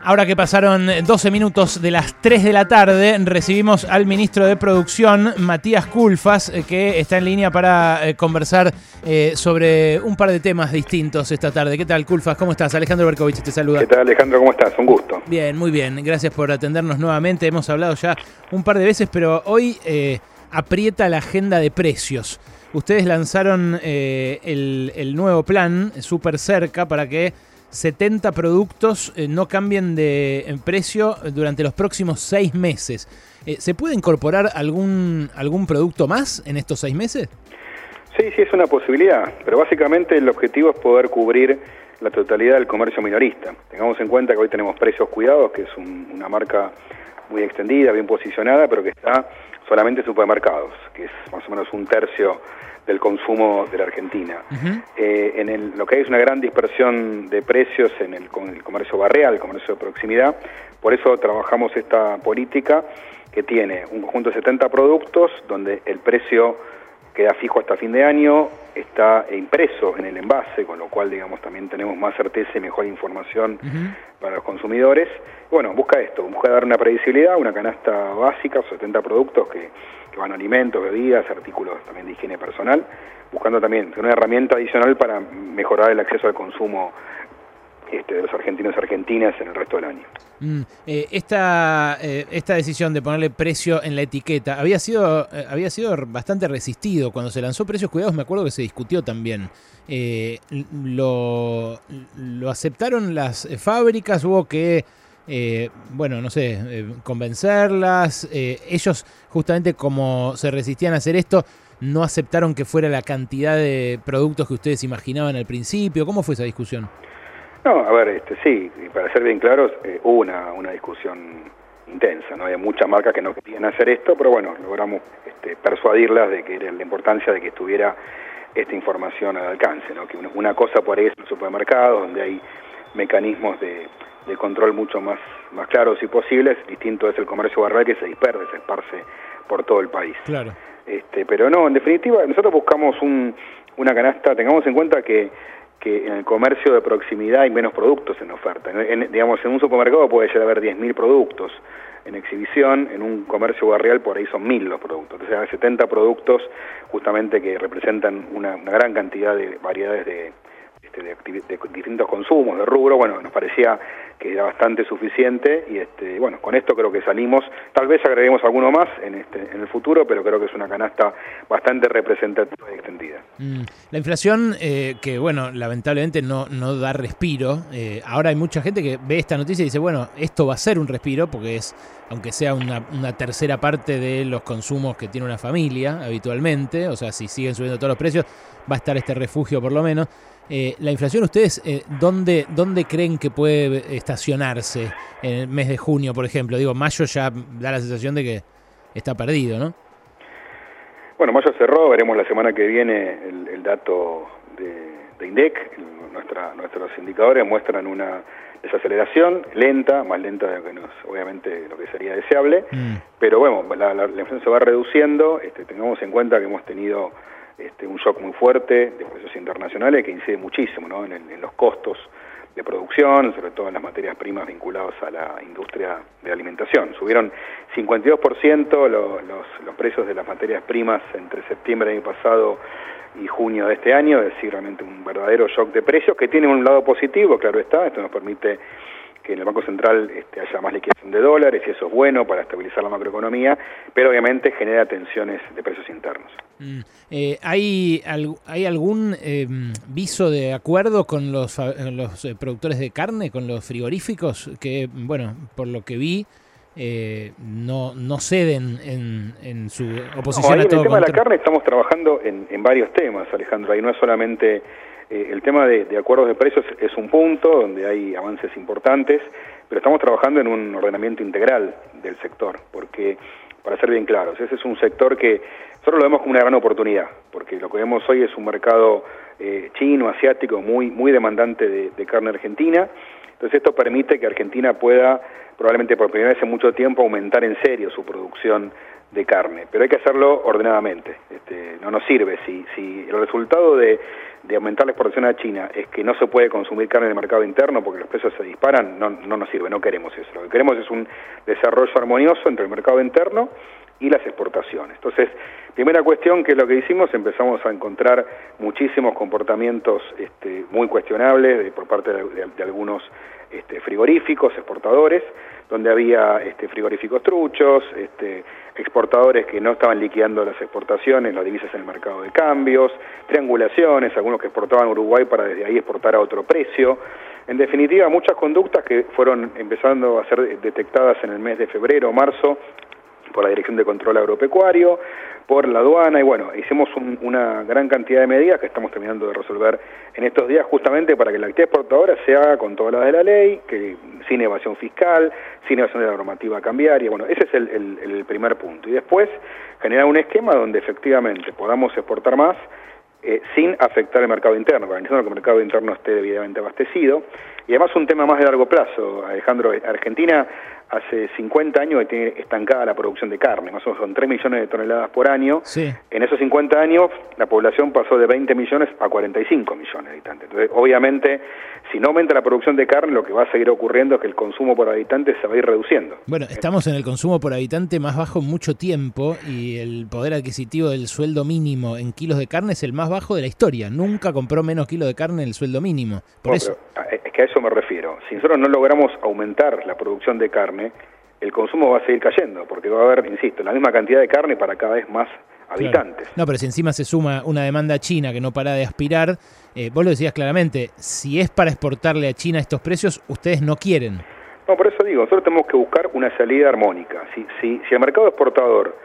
Ahora que pasaron 12 minutos de las 3 de la tarde, recibimos al ministro de Producción, Matías Culfas, que está en línea para conversar sobre un par de temas distintos esta tarde. ¿Qué tal, Culfas? ¿Cómo estás? Alejandro Berkovich te saluda. ¿Qué tal, Alejandro? ¿Cómo estás? Un gusto. Bien, muy bien. Gracias por atendernos nuevamente. Hemos hablado ya un par de veces, pero hoy aprieta la agenda de precios. Ustedes lanzaron el nuevo plan, Súper Cerca, para que 70 productos no cambien de precio durante los próximos 6 meses. ¿Se puede incorporar algún producto más en estos 6 meses? Sí, es una posibilidad, pero básicamente el objetivo es poder cubrir la totalidad del comercio minorista. Tengamos en cuenta que hoy tenemos Precios Cuidados, que es una marca muy extendida, bien posicionada, pero que está solamente en supermercados, que es más o menos un tercio del consumo de la Argentina. Uh-huh. Lo que hay es una gran dispersión de precios con el comercio barrial, el comercio de proximidad. Por eso trabajamos esta política que tiene un conjunto de 70 productos donde el precio queda fijo hasta fin de año, está impreso en el envase, con lo cual, digamos, también tenemos más certeza y mejor información para los consumidores. Bueno, busca dar una previsibilidad, una canasta básica, 70 productos que van alimentos, bebidas, artículos también de higiene personal, buscando también una herramienta adicional para mejorar el acceso al consumo de los argentinos y argentinas en el resto del año. Esta decisión de ponerle precio en la etiqueta había sido bastante resistido. Cuando se lanzó Precios Cuidados, me acuerdo que se discutió también. ¿Lo aceptaron las fábricas? ¿Hubo que convencerlas? Ellos, justamente como se resistían a hacer esto, no aceptaron que fuera la cantidad de productos que ustedes imaginaban al principio. ¿Cómo fue esa discusión? No, a ver, sí, y para ser bien claros, hubo una discusión intensa, ¿no? Hay muchas marcas que no querían hacer esto, pero bueno, logramos persuadirlas de que era la importancia de que estuviera esta información al alcance, ¿no? Que una cosa por ahí es el supermercado, donde hay mecanismos de control mucho más claros y posibles. Distinto es el comercio barrial, que se esparce por todo el país. Claro. Pero no, en definitiva, nosotros buscamos una canasta. Tengamos en cuenta que en el comercio de proximidad hay menos productos en oferta. En un supermercado puede llegar a haber 10.000 productos en exhibición, en un comercio barrial por ahí son 1.000 los productos. Entonces hay 70 productos justamente que representan una gran cantidad de variedades de distintos consumos, de rubro. Bueno, nos parecía que era bastante suficiente y bueno, con esto creo que salimos. Tal vez agreguemos alguno más en el futuro, pero creo que es una canasta bastante representativa y extendida. La inflación, que bueno, lamentablemente no da respiro. Ahora hay mucha gente que ve esta noticia y dice, bueno, esto va a ser un respiro, porque es, aunque sea una tercera parte de los consumos que tiene una familia habitualmente, o sea, si siguen subiendo todos los precios, va a estar este refugio por lo menos. La inflación, ¿ustedes dónde creen que puede estacionarse en el mes de junio, por ejemplo? Digo, mayo ya da la sensación de que está perdido, ¿no? Bueno, mayo cerró, veremos la semana que viene el dato de INDEC. Nuestros indicadores muestran una desaceleración lenta, más lenta de lo que obviamente lo que sería deseable, pero bueno, la inflación se va reduciendo. Tengamos en cuenta que hemos tenido un shock muy fuerte de precios internacionales que incide muchísimo, ¿no? en los costos de producción, sobre todo en las materias primas vinculadas a la industria de alimentación. Subieron 52% los precios de las materias primas entre septiembre del año pasado y junio de este año, es decir, realmente un verdadero shock de precios que tiene un lado positivo, claro está. Esto nos permite que en el Banco Central haya más liquidación de dólares, y eso es bueno para estabilizar la macroeconomía, pero obviamente genera tensiones de precios internos. ¿Hay algún viso de acuerdo con los productores de carne, con los frigoríficos, que, bueno, por lo que vi, no ceden en su oposición a todo? En el tema de la carne estamos trabajando en varios temas, Alejandro. Ahí no es solamente el tema de acuerdos de precios, es un punto donde hay avances importantes, pero estamos trabajando en un ordenamiento integral del sector, porque, para ser bien claros, ese es un sector que nosotros lo vemos como una gran oportunidad, porque lo que vemos hoy es un mercado chino, asiático, muy demandante de carne argentina. Entonces esto permite que Argentina pueda, probablemente por primera vez en mucho tiempo, aumentar en serio su producción de carne, pero hay que hacerlo ordenadamente. No nos sirve si el resultado de aumentar la exportación a China es que no se puede consumir carne en el mercado interno porque los precios se disparan, no nos sirve, no queremos eso. Lo que queremos es un desarrollo armonioso entre el mercado interno y las exportaciones. Entonces, primera cuestión, que es lo que hicimos, empezamos a encontrar muchísimos comportamientos muy cuestionables por parte de algunos frigoríficos, exportadores, donde había frigoríficos truchos, exportadores que no estaban liquidando las exportaciones, las divisas en el mercado de cambios, triangulaciones, algunos que exportaban a Uruguay para desde ahí exportar a otro precio. En definitiva, muchas conductas que fueron empezando a ser detectadas en el mes de febrero o marzo por la Dirección de Control Agropecuario, por la aduana, y bueno, hicimos una gran cantidad de medidas que estamos terminando de resolver en estos días, justamente para que la actividad exportadora se haga con todas las de la ley, que sin evasión fiscal, sin evasión de la normativa cambiaria. Bueno, ese es el primer punto. Y después, generar un esquema donde efectivamente podamos exportar más sin afectar el mercado interno, garantizando que el mercado interno esté debidamente abastecido. Y además un tema más de largo plazo, Alejandro. Argentina hace 50 años que tiene estancada la producción de carne, más o menos son 3 millones de toneladas por año. Sí. En esos 50 años la población pasó de 20 millones a 45 millones de habitantes. Entonces, obviamente, si no aumenta la producción de carne, lo que va a seguir ocurriendo es que el consumo por habitante se va a ir reduciendo. Bueno, estamos en el consumo por habitante más bajo en mucho tiempo y el poder adquisitivo del sueldo mínimo en kilos de carne es el más bajo de la historia. Nunca compró menos kilos de carne el sueldo mínimo. Por eso. Pero es que a eso me refiero. Si nosotros no logramos aumentar la producción de carne, el consumo va a seguir cayendo, porque va a haber, insisto, la misma cantidad de carne para cada vez más habitantes. Claro. No, pero si encima se suma una demanda china que no para de aspirar, vos lo decías claramente, si es para exportarle a China estos precios, ustedes no quieren. No, por eso digo, nosotros tenemos que buscar una salida armónica. Si el mercado exportador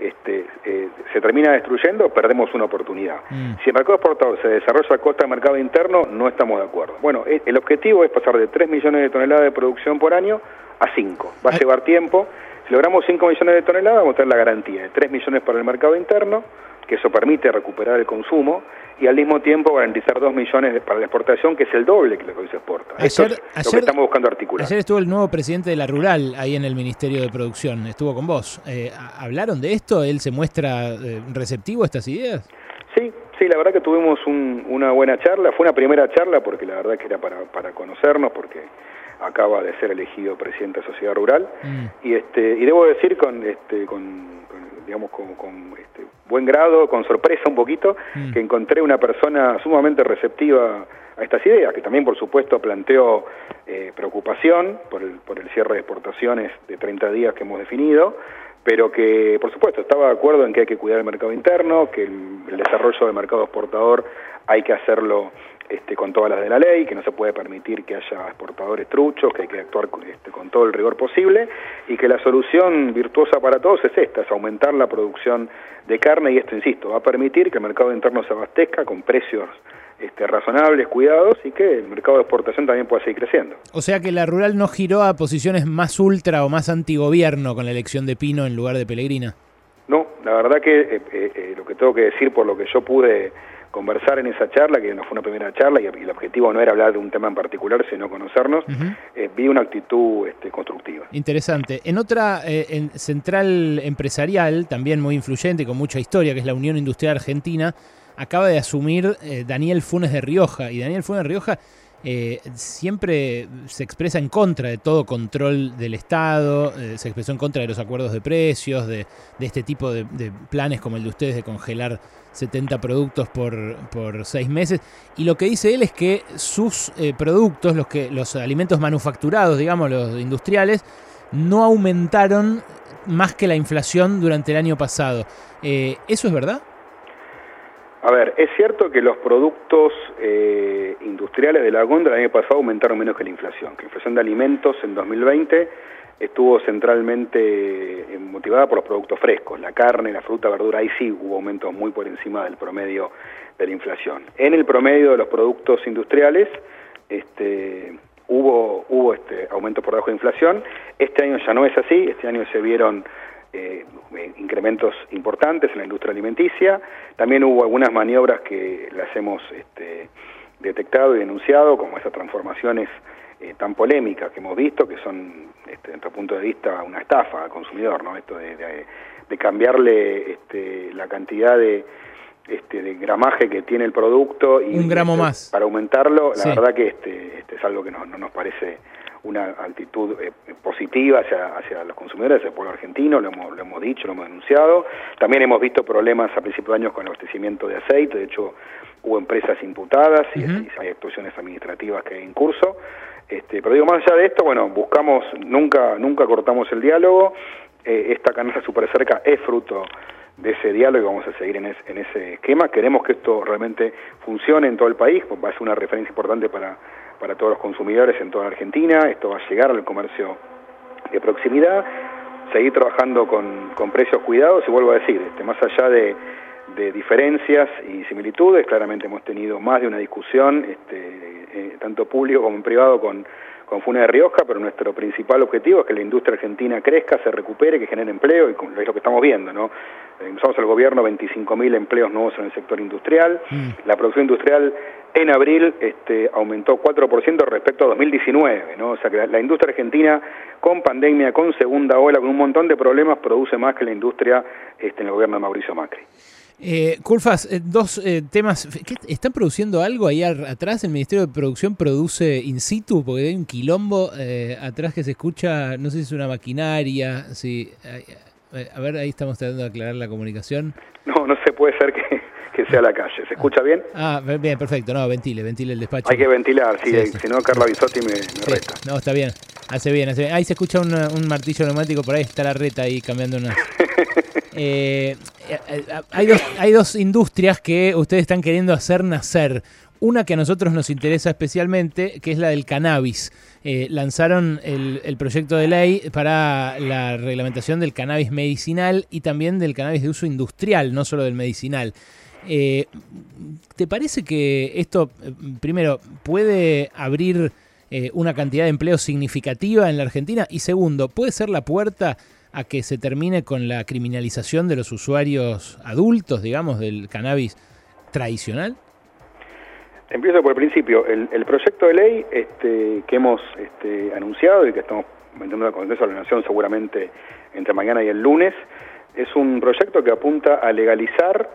se termina destruyendo, perdemos una oportunidad. Si el mercado exportador se desarrolla a costa del mercado interno, no estamos de acuerdo. Bueno, el objetivo es pasar de 3 millones de toneladas de producción por año a 5. Va a llevar tiempo. Si logramos 5 millones de toneladas, vamos a tener la garantía de 3 millones para el mercado interno, que eso permite recuperar el consumo, y al mismo tiempo garantizar 2 millones para la exportación, que es el doble que lo que hoy se exporta. Esto es lo que estamos buscando articular. Ayer estuvo el nuevo presidente de la Rural ahí en el Ministerio de Producción, estuvo con vos. ¿Hablaron de esto? ¿Él se muestra receptivo a estas ideas? Sí, la verdad que tuvimos una buena charla. Fue una primera charla porque la verdad que era para conocernos, porque acaba de ser elegido presidente de Sociedad Rural. Y debo decir con buen grado, con sorpresa un poquito, que encontré una persona sumamente receptiva a estas ideas, que también por supuesto planteó preocupación por el cierre de exportaciones de 30 días que hemos definido, pero que por supuesto estaba de acuerdo en que hay que cuidar el mercado interno, que el desarrollo del mercado exportador hay que hacerlo con todas las de la ley, que no se puede permitir que haya exportadores truchos, que hay que actuar con todo el rigor posible, y que la solución virtuosa para todos es esta, es aumentar la producción de carne, y esto, insisto, va a permitir que el mercado interno se abastezca con precios razonables, cuidados, y que el mercado de exportación también pueda seguir creciendo. O sea que la Rural no giró a posiciones más ultra o más antigobierno con la elección de Pino en lugar de Pellegrina. No, la verdad que lo que tengo que decir por lo que yo pude conversar en esa charla, que no fue una primera charla y el objetivo no era hablar de un tema en particular, sino conocernos, vi una actitud constructiva. Interesante. En otra central empresarial, también muy influyente y con mucha historia, que es la Unión Industrial Argentina, acaba de asumir Daniel Funes de Rioja, y Daniel Funes de Rioja siempre se expresa en contra de todo control del Estado, se expresó en contra de los acuerdos de precios, de este tipo de planes como el de ustedes de congelar 70 productos por 6 meses, y lo que dice él es que sus productos, los alimentos manufacturados, digamos, los industriales, no aumentaron más que la inflación durante el año pasado. ¿Eso es verdad? A ver, es cierto que los productos industriales de la góndola el año pasado aumentaron menos que la inflación de alimentos en 2020 estuvo centralmente motivada por los productos frescos, la carne, la fruta, verdura, ahí sí hubo aumentos muy por encima del promedio de la inflación. En el promedio de los productos industriales hubo aumentos por debajo de inflación. Este año ya no es así, este año se vieron incrementos importantes en la industria alimenticia. También hubo algunas maniobras que las hemos detectado y denunciado, como esas transformaciones tan polémicas que hemos visto, que son, desde nuestro punto de vista, una estafa al consumidor, ¿no? Esto de cambiarle la cantidad de gramaje que tiene el producto y un gramo más para aumentarlo, la sí. verdad que es algo que no nos parece una actitud positiva hacia los consumidores, hacia el pueblo argentino, lo hemos dicho, lo hemos denunciado. También hemos visto problemas a principios de años con el abastecimiento de aceite, de hecho hubo empresas imputadas y hay actuaciones administrativas que hay en curso. Pero digo, más allá de esto, bueno, buscamos, nunca cortamos el diálogo. Esta canasta Super Cerca es fruto de ese diálogo y vamos a seguir en ese esquema. Queremos que esto realmente funcione en todo el país, pues va a ser una referencia importante para todos los consumidores en toda la Argentina. Esto va a llegar al comercio de proximidad, seguir trabajando con precios cuidados y vuelvo a decir, más allá de diferencias y similitudes, claramente hemos tenido más de una discusión, tanto público como en privado con Fune de Rioja, pero nuestro principal objetivo es que la industria argentina crezca, se recupere, que genere empleo, y es lo que estamos viendo, ¿no? Empezamos el gobierno 25.000 empleos nuevos en el sector industrial. La producción industrial en abril aumentó 4% respecto a 2019, ¿no? O sea que la industria argentina, con pandemia, con segunda ola, con un montón de problemas, produce más que la industria en el gobierno de Mauricio Macri. Culfas, dos temas. ¿Están produciendo algo ahí atrás? ¿El Ministerio de Producción produce in situ? Porque hay un quilombo atrás que se escucha, no sé si es una maquinaria. Sí. A ver, ahí estamos tratando de aclarar la comunicación. No se puede ser que sea la calle. ¿Se escucha bien? Bien, perfecto. No, ventile el despacho. Hay que ventilar, sí. Si no, Carla Bisotti me reta. No, está bien. Hace bien. Ahí se escucha un martillo neumático, por ahí está la reta ahí cambiando una... hay dos industrias que ustedes están queriendo hacer nacer. Una que a nosotros nos interesa especialmente, que es la del cannabis. Lanzaron el proyecto de ley para la reglamentación del cannabis medicinal y también del cannabis de uso industrial, no solo del medicinal. ¿Te parece que esto, primero, puede abrir una cantidad de empleo significativa en la Argentina? Y segundo, ¿puede ser la puerta a que se termine con la criminalización de los usuarios adultos, digamos, del cannabis tradicional? Empiezo por el principio. El proyecto de ley que hemos anunciado y que estamos metiendo al Congreso de la Nación seguramente entre mañana y el lunes, es un proyecto que apunta a legalizar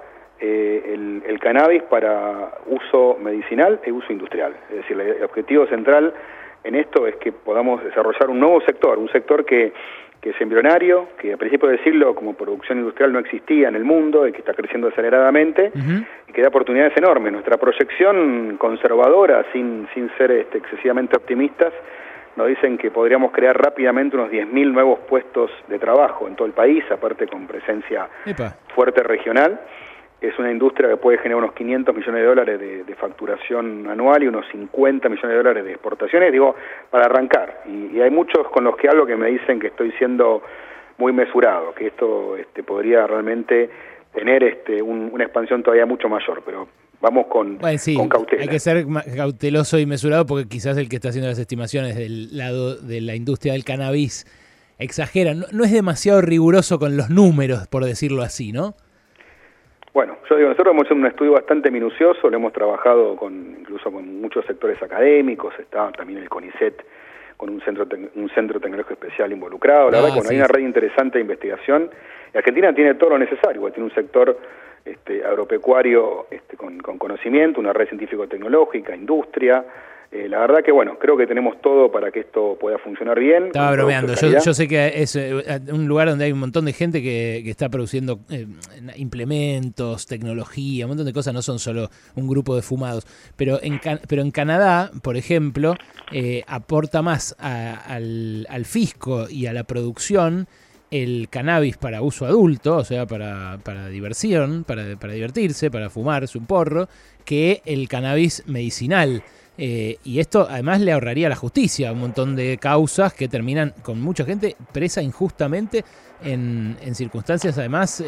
el cannabis para uso medicinal e uso industrial. Es decir, el objetivo central en esto es que podamos desarrollar un nuevo sector, un sector que es embrionario, que a principios del siglo como producción industrial no existía en el mundo y que está creciendo aceleradamente y que da oportunidades enormes. Nuestra proyección conservadora, sin ser excesivamente optimistas, nos dicen que podríamos crear rápidamente unos 10.000 nuevos puestos de trabajo en todo el país, aparte con presencia fuerte regional. Es una industria que puede generar unos 500 millones de dólares de facturación anual y unos 50 millones de dólares de exportaciones, digo, para arrancar. Y hay muchos con los que hablo que me dicen que estoy siendo muy mesurado, que esto podría realmente tener una expansión todavía mucho mayor, pero vamos con cautela. Hay que ser cauteloso y mesurado porque quizás el que está haciendo las estimaciones del lado de la industria del cannabis exagera. No es demasiado riguroso con los números, por decirlo así, ¿no? Bueno, yo digo, nosotros hemos hecho un estudio bastante minucioso, lo hemos trabajado incluso con muchos sectores académicos, está también el CONICET con un centro tecnológico especial involucrado. La verdad que hay una red interesante de investigación. Y Argentina tiene todo lo necesario, tiene un sector agropecuario con conocimiento, una red científico-tecnológica, industria. La verdad que, bueno, creo que tenemos todo para que esto pueda funcionar bien. Estaba bromeando. Yo sé que es un lugar donde hay un montón de gente que está produciendo implementos, tecnología, un montón de cosas. No son solo un grupo de fumados. Pero en Canadá, por ejemplo, aporta más al fisco y a la producción el cannabis para uso adulto, o sea, para diversión, para divertirse, para fumarse un porro, que el cannabis medicinal. Y esto además le ahorraría a la justicia un montón de causas que terminan con mucha gente presa injustamente en circunstancias además,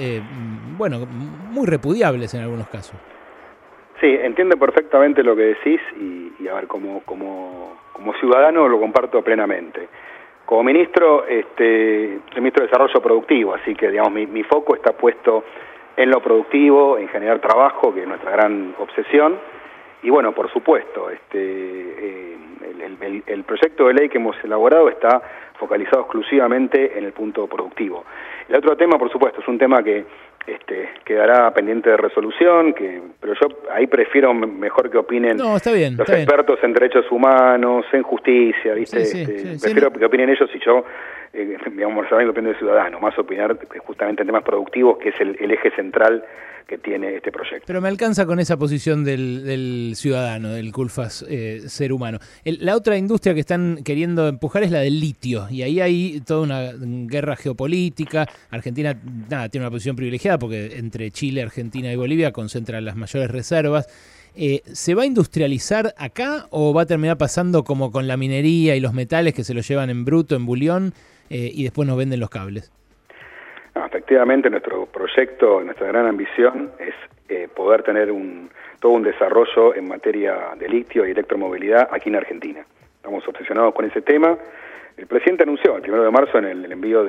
muy repudiables en algunos casos. Sí, entiendo perfectamente lo que decís y a ver, como ciudadano lo comparto plenamente. Como ministro, soy ministro de Desarrollo Productivo, así que digamos mi foco está puesto en lo productivo, en generar trabajo, que es nuestra gran obsesión. Y bueno, por supuesto, el proyecto de ley que hemos elaborado está focalizado exclusivamente en el punto productivo. El otro tema, por supuesto, es un tema que quedará pendiente de resolución, pero yo ahí prefiero mejor que opinen está bien, los expertos en derechos humanos, en justicia, ¿viste? Prefiero que opinen ellos y yo, digamos, saben que opino de ciudadano, más opinar justamente en temas productivos, que es el eje central que tiene este proyecto. Pero me alcanza con esa posición del ciudadano, del Culfas ser humano. La otra industria que están queriendo empujar es la del litio, y ahí hay toda una guerra geopolítica. Argentina tiene una posición privilegiada porque entre Chile, Argentina y Bolivia concentran las mayores reservas. ¿Se va a industrializar acá o va a terminar pasando como con la minería y los metales que se los llevan en bruto, en bulión, y después nos venden los cables? Efectivamente, nuestro proyecto, nuestra gran ambición es poder tener todo un desarrollo en materia de litio y electromovilidad aquí en Argentina. Estamos obsesionados con ese tema. El presidente anunció el 1 de marzo en el envío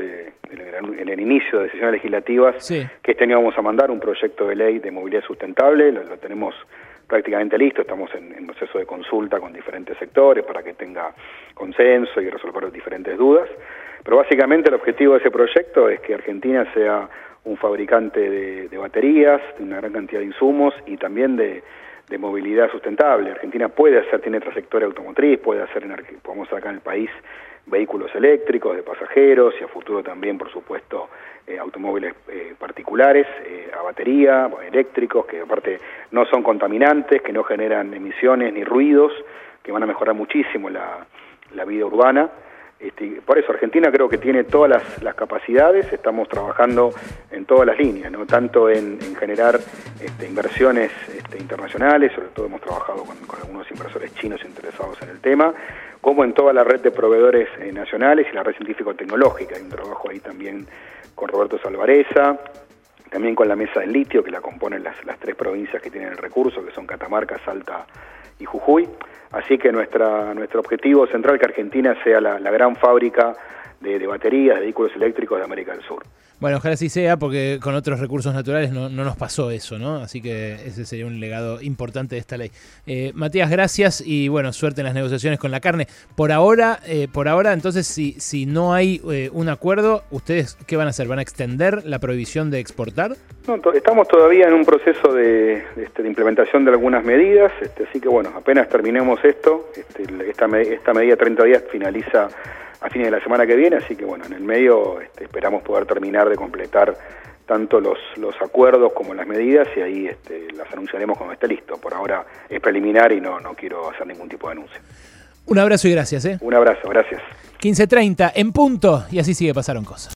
en el inicio de decisiones legislativas que este año vamos a mandar un proyecto de ley de movilidad sustentable. Lo tenemos prácticamente listo, estamos en proceso de consulta con diferentes sectores para que tenga consenso y resolver diferentes dudas. Pero básicamente el objetivo de ese proyecto es que Argentina sea un fabricante de baterías, de una gran cantidad de insumos y también de movilidad sustentable. Argentina tiene trayectoria automotriz, podemos hacer acá en el país vehículos eléctricos de pasajeros y a futuro también, por supuesto, automóviles particulares a batería, eléctricos, que aparte no son contaminantes, que no generan emisiones ni ruidos, que van a mejorar muchísimo la vida urbana. Por eso Argentina creo que tiene todas las capacidades. Estamos trabajando en todas las líneas, ¿no? Tanto en generar inversiones internacionales, sobre todo hemos trabajado con algunos inversores chinos interesados en el tema, como en toda la red de proveedores nacionales y la red científico-tecnológica. Hay un trabajo ahí también con Roberto Salvareza, también con la mesa del litio, que la componen las tres provincias que tienen el recurso, que son Catamarca, Salta y Jujuy. Así que nuestro objetivo central es que Argentina sea la gran fábrica de baterías, de vehículos eléctricos de América del Sur. Bueno, ojalá así sea, porque con otros recursos naturales no nos pasó eso, ¿no? Así que ese sería un legado importante de esta ley. Matías, gracias y bueno, suerte en las negociaciones con la carne. Por ahora, entonces, si no hay un acuerdo, ¿ustedes qué van a hacer? ¿Van a extender la prohibición de exportar? No, estamos todavía en un proceso de implementación de algunas medidas, así que bueno, apenas terminemos esto, esta medida de 30 días finaliza a fines de la semana que viene, así que bueno, en el medio esperamos poder terminar de completar tanto los acuerdos como las medidas y ahí las anunciaremos cuando esté listo. Por ahora es preliminar y no quiero hacer ningún tipo de anuncio. Un abrazo y gracias. Un abrazo, gracias. 15:30 en punto y así sigue Pasaron Cosas.